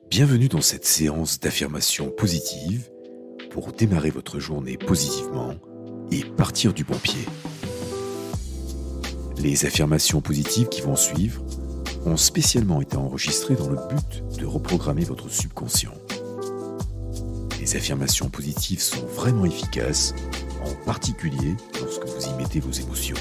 Bienvenue dans cette séance d'affirmation positive pour démarrer votre journée positivement et partir du bon pied. Les affirmations positives qui vont suivre ont spécialement été enregistrées dans le but de reprogrammer votre subconscient. Les affirmations positives sont vraiment efficaces, en particulier lorsque vous y mettez vos émotions.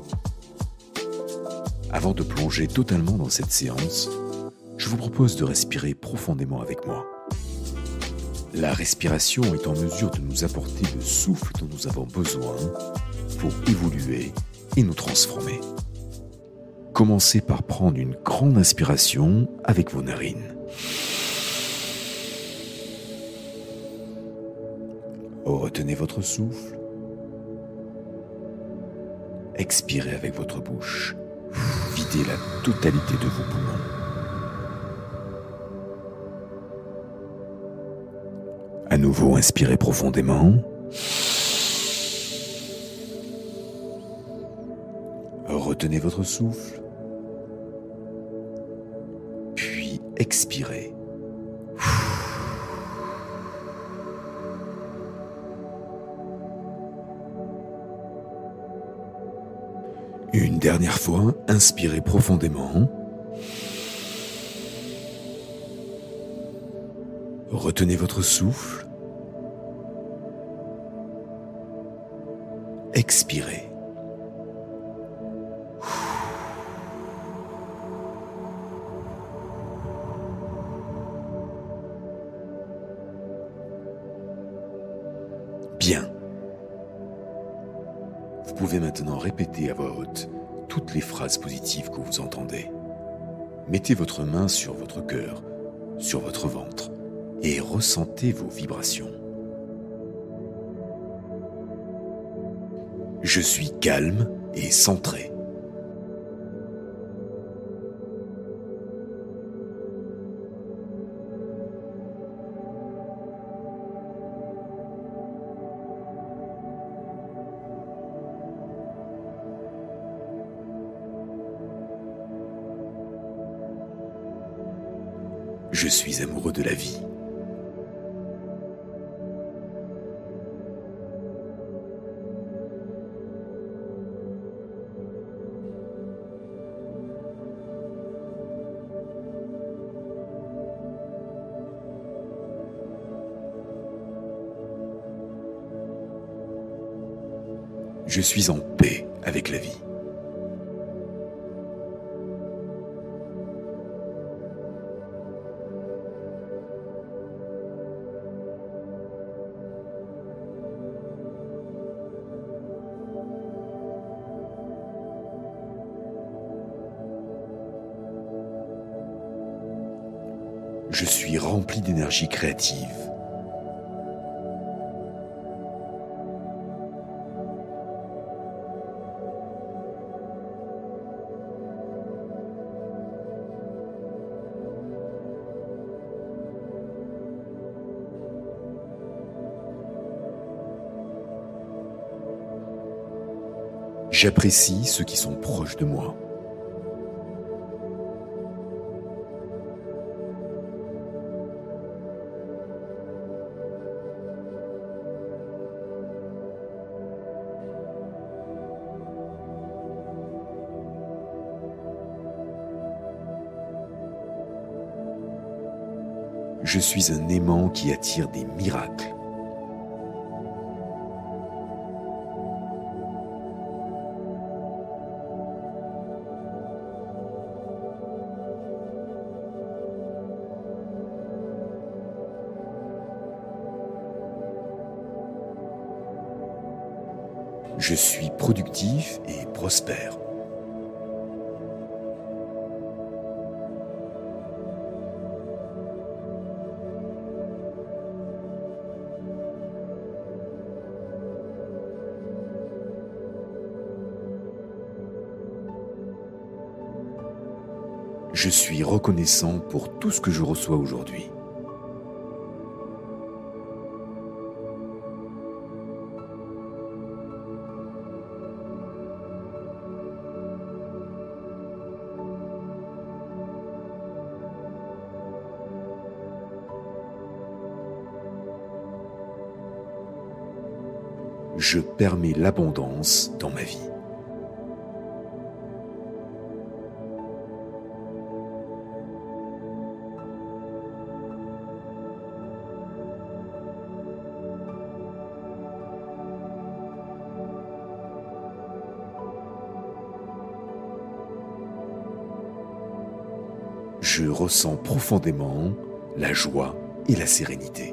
Avant de plonger totalement dans cette séance, je vous propose de respirer profondément avec moi. La respiration est en mesure de nous apporter le souffle dont nous avons besoin pour évoluer et nous transformer. Commencez par prendre une grande inspiration avec vos narines. Retenez votre souffle. Expirez avec votre bouche. Videz la totalité de vos poumons. À nouveau, inspirez profondément. Retenez votre souffle. Puis expirez. Une dernière fois, inspirez profondément. Retenez votre souffle. Expirez. Bien. Vous pouvez maintenant répéter à voix haute toutes les phrases positives que vous entendez. Mettez votre main sur votre cœur, sur votre ventre, et ressentez vos vibrations. Je suis calme et centré. Je suis amoureux de la vie. Je suis en paix avec la vie. Je suis rempli d'énergie créative. J'apprécie ceux qui sont proches de moi. Je suis un aimant qui attire des miracles. Je suis productif et prospère. Je suis reconnaissant pour tout ce que je reçois aujourd'hui. je permets l'abondance dans ma vie. Je ressens profondément la joie et la sérénité.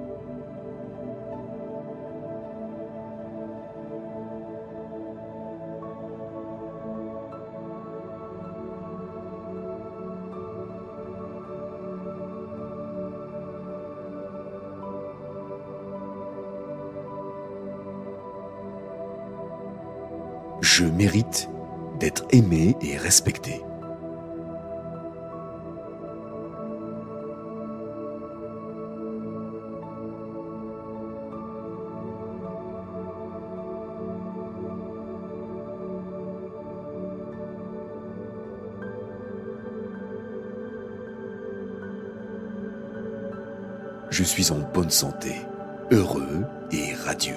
Je mérite d'être aimé et respecté. Je suis en bonne santé, heureux et radieux.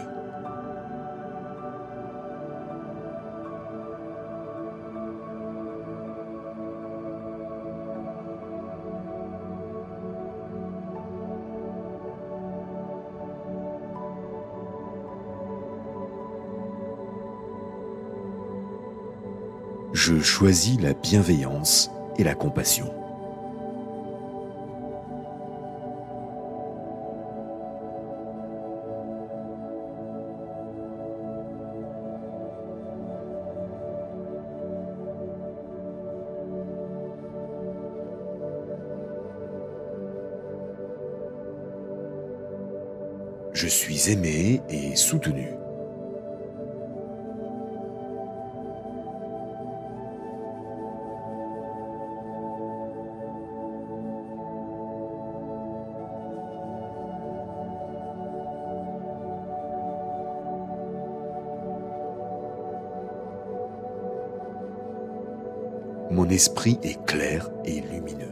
Je choisis la bienveillance et la compassion. Je suis aimé et soutenu. Mon esprit est clair et lumineux.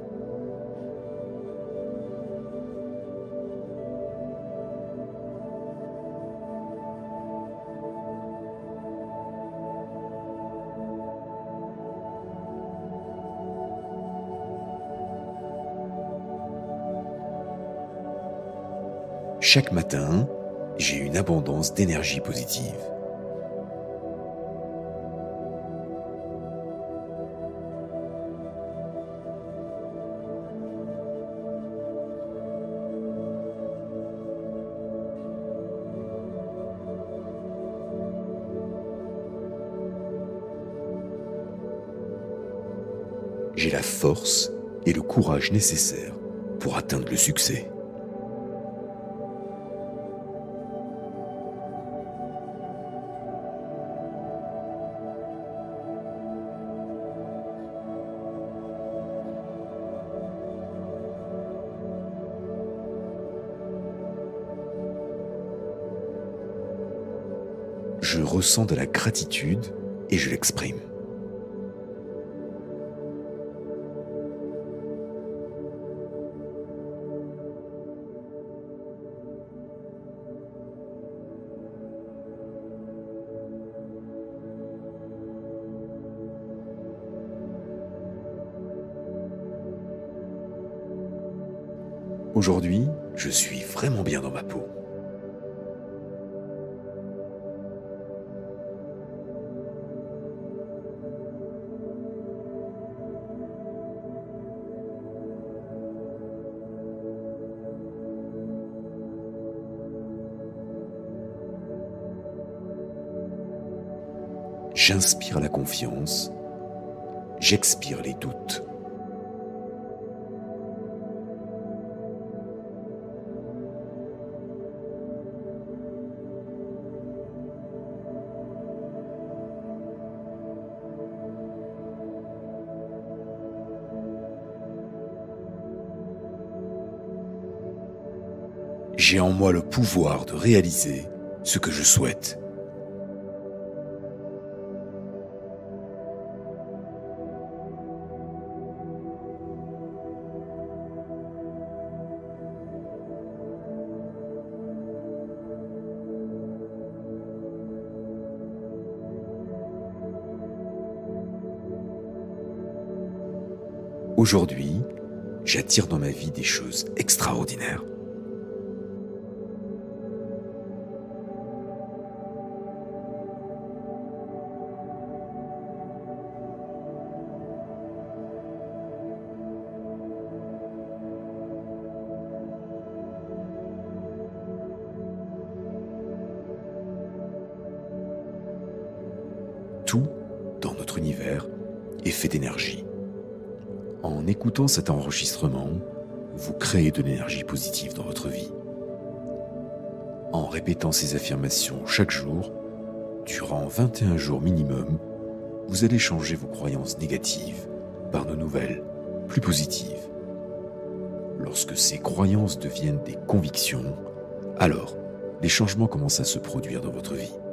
Chaque matin, j'ai une abondance d'énergie positive. J'ai la force et le courage nécessaires pour atteindre le succès. Je ressens de la gratitude et je l'exprime. Aujourd'hui, je suis vraiment bien dans ma peau. J'inspire la confiance, j'expire les doutes. J'ai en moi le pouvoir de réaliser ce que je souhaite. Aujourd'hui, j'attire dans ma vie des choses extraordinaires. Tout, dans notre univers, est fait d'énergie. En écoutant cet enregistrement, vous créez de l'énergie positive dans votre vie. En répétant ces affirmations chaque jour, durant 21 jours minimum, vous allez changer vos croyances négatives par de nouvelles, plus positives. Lorsque ces croyances deviennent des convictions, alors les changements commencent à se produire dans votre vie.